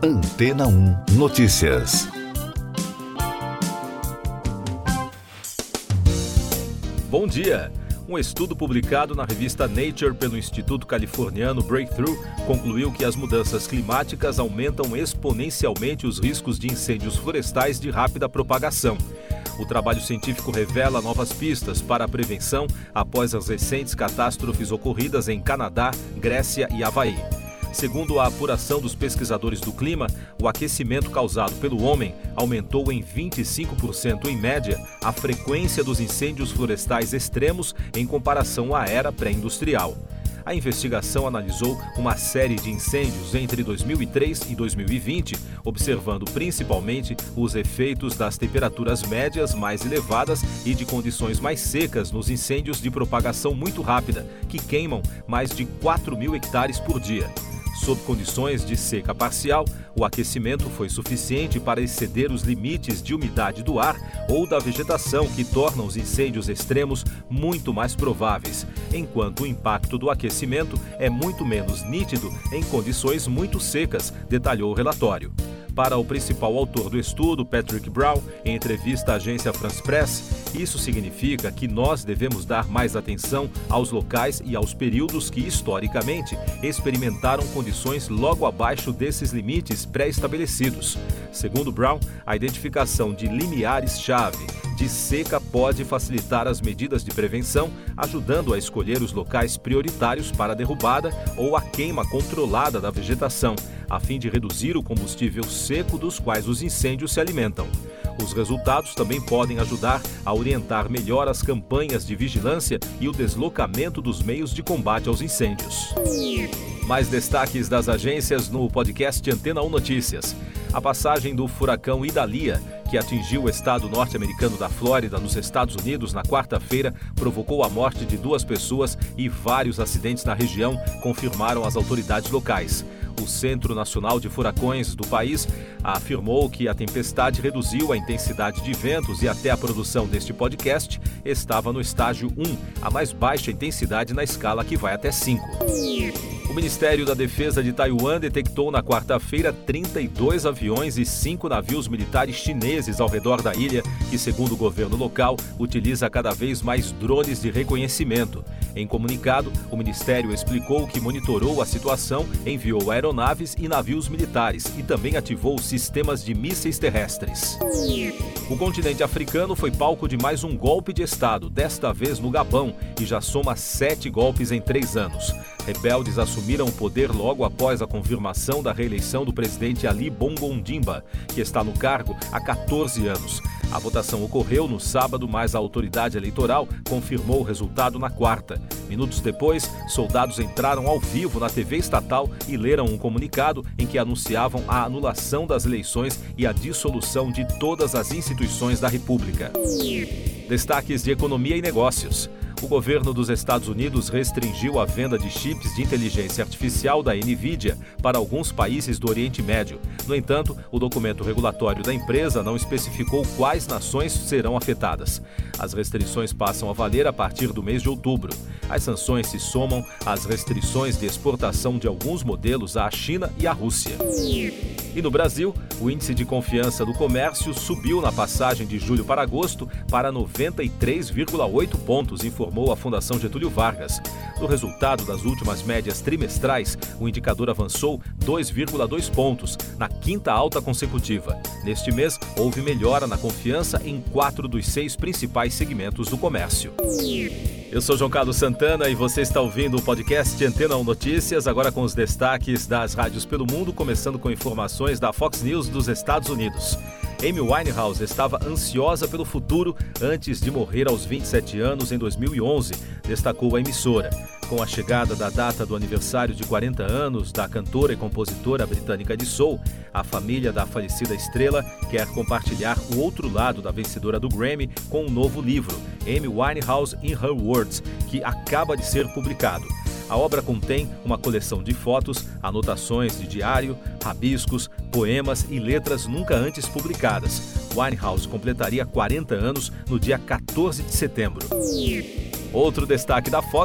Antena 1 Notícias. Bom dia! Um estudo publicado na revista Nature pelo Instituto Californiano Breakthrough concluiu que as mudanças climáticas aumentam exponencialmente os riscos de incêndios florestais de rápida propagação. O trabalho científico revela novas pistas para a prevenção após as recentes catástrofes ocorridas em Canadá, Grécia e Havaí. Segundo a apuração dos pesquisadores do clima, o aquecimento causado pelo homem aumentou em 25% em média a frequência dos incêndios florestais extremos em comparação à era pré-industrial. A investigação analisou uma série de incêndios entre 2003 e 2020, observando principalmente os efeitos das temperaturas médias mais elevadas e de condições mais secas nos incêndios de propagação muito rápida, que queimam mais de 4.000 hectares por dia. Sob condições de seca parcial, o aquecimento foi suficiente para exceder os limites de umidade do ar ou da vegetação que tornam os incêndios extremos muito mais prováveis, enquanto o impacto do aquecimento é muito menos nítido em condições muito secas, detalhou o relatório. Para o principal autor do estudo, Patrick Brown, em entrevista à agência France Press, isso significa que nós devemos dar mais atenção aos locais e aos períodos que, historicamente, experimentaram condições logo abaixo desses limites pré-estabelecidos. Segundo Brown, a identificação de limiares-chave de seca pode facilitar as medidas de prevenção, ajudando a escolher os locais prioritários para a derrubada ou a queima controlada da vegetação, a fim de reduzir o combustível seco dos quais os incêndios se alimentam. Os resultados também podem ajudar a orientar melhor as campanhas de vigilância e o deslocamento dos meios de combate aos incêndios. Mais destaques das agências no podcast Antena 1 Notícias. A passagem do furacão Idalia, que atingiu o estado norte-americano da Flórida, nos Estados Unidos, na quarta-feira, provocou a morte de 2 pessoas e vários acidentes na região, confirmaram as autoridades locais. O Centro Nacional de Furacões do país afirmou que a tempestade reduziu a intensidade de ventos e até a produção deste podcast estava no estágio 1, a mais baixa intensidade na escala que vai até 5. O Ministério da Defesa de Taiwan detectou na quarta-feira 32 aviões e 5 navios militares chineses ao redor da ilha, que, segundo o governo local, utiliza cada vez mais drones de reconhecimento. Em comunicado, o Ministério explicou que monitorou a situação, enviou aeronaves e navios militares e também ativou sistemas de mísseis terrestres. O continente africano foi palco de mais um golpe de Estado, desta vez no Gabão, e já soma 7 golpes em 3 anos. Rebeldes assumiram o poder logo após a confirmação da reeleição do presidente Ali Bongo Ondimba, que está no cargo há 14 anos. A votação ocorreu no sábado, mas a autoridade eleitoral confirmou o resultado na quarta. Minutos depois, soldados entraram ao vivo na TV estatal e leram um comunicado em que anunciavam a anulação das eleições e a dissolução de todas as instituições da República. Destaques de economia e negócios. O governo dos Estados Unidos restringiu a venda de chips de inteligência artificial da NVIDIA para alguns países do Oriente Médio. No entanto, o documento regulatório da empresa não especificou quais nações serão afetadas. As restrições passam a valer a partir do mês de outubro. As sanções se somam às restrições de exportação de alguns modelos à China e à Rússia. E no Brasil, o índice de confiança do comércio subiu na passagem de julho para agosto para 93,8 pontos, informou a Fundação Getúlio Vargas. No resultado das últimas médias trimestrais, o indicador avançou 2,2 pontos, na 5ª alta consecutiva. Neste mês, houve melhora na confiança em 4 dos 6 principais segmentos do comércio. Eu sou João Carlos Santana e você está ouvindo o podcast Antena 1 Notícias, agora com os destaques das rádios pelo mundo, começando com informações da Fox News dos Estados Unidos. Amy Winehouse estava ansiosa pelo futuro antes de morrer aos 27 anos em 2011, destacou a emissora. Com a chegada da data do aniversário de 40 anos da cantora e compositora britânica de soul, a família da falecida estrela quer compartilhar o outro lado da vencedora do Grammy com um novo livro, Amy Winehouse in Her Words, que acaba de ser publicado. A obra contém uma coleção de fotos, anotações de diário, rabiscos, poemas e letras nunca antes publicadas. Winehouse completaria 40 anos no dia 14 de setembro. Outro destaque da Fox,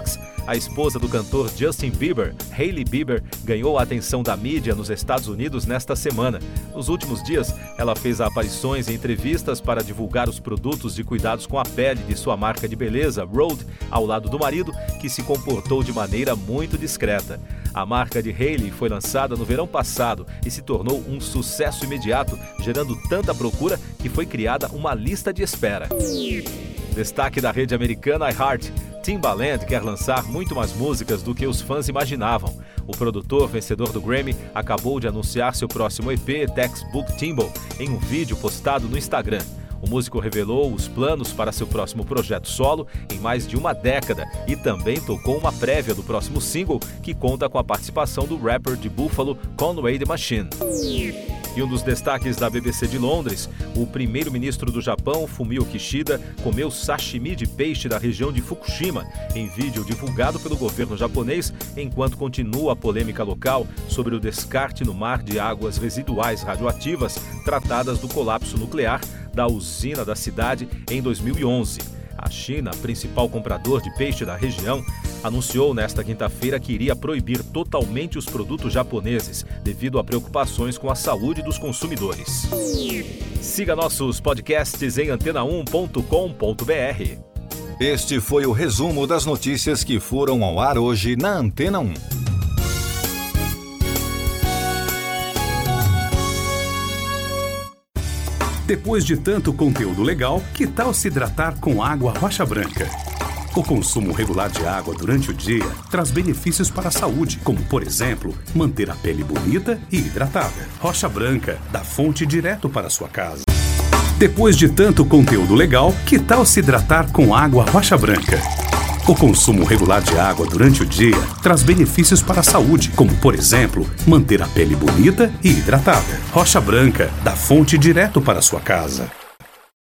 A esposa do cantor Justin Bieber, Hailey Bieber, ganhou a atenção da mídia nos Estados Unidos nesta semana. Nos últimos dias, ela fez aparições em entrevistas para divulgar os produtos de cuidados com a pele de sua marca de beleza, Rhode, ao lado do marido, que se comportou de maneira muito discreta. A marca de Hailey foi lançada no verão passado e se tornou um sucesso imediato, gerando tanta procura que foi criada uma lista de espera. Destaque da rede americana iHeart. Timbaland quer lançar muito mais músicas do que os fãs imaginavam. O produtor vencedor do Grammy acabou de anunciar seu próximo EP, Textbook Timbo, em um vídeo postado no Instagram. O músico revelou os planos para seu próximo projeto solo em mais de uma década e também tocou uma prévia do próximo single, que conta com a participação do rapper de Buffalo, Conway the Machine. E um dos destaques da BBC de Londres, o primeiro-ministro do Japão, Fumio Kishida, comeu sashimi de peixe da região de Fukushima, em vídeo divulgado pelo governo japonês, enquanto continua a polêmica local sobre o descarte no mar de águas residuais radioativas tratadas do colapso nuclear da usina da cidade em 2011. A China, principal comprador de peixe da região, anunciou nesta quinta-feira que iria proibir totalmente os produtos japoneses, devido a preocupações com a saúde dos consumidores. Siga nossos podcasts em antena1.com.br. Este foi o resumo das notícias que foram ao ar hoje na Antena 1. Depois de tanto conteúdo legal, que tal se hidratar com água Rocha Branca? O consumo regular de água durante o dia traz benefícios para a saúde, como, por exemplo, manter a pele bonita e hidratada. Rocha Branca, da fonte direto para a sua casa. Depois de tanto conteúdo legal, que tal se hidratar com água Rocha Branca? O consumo regular de água durante o dia traz benefícios para a saúde, como, por exemplo, manter a pele bonita e hidratada. Rocha Branca, da fonte direto para a sua casa.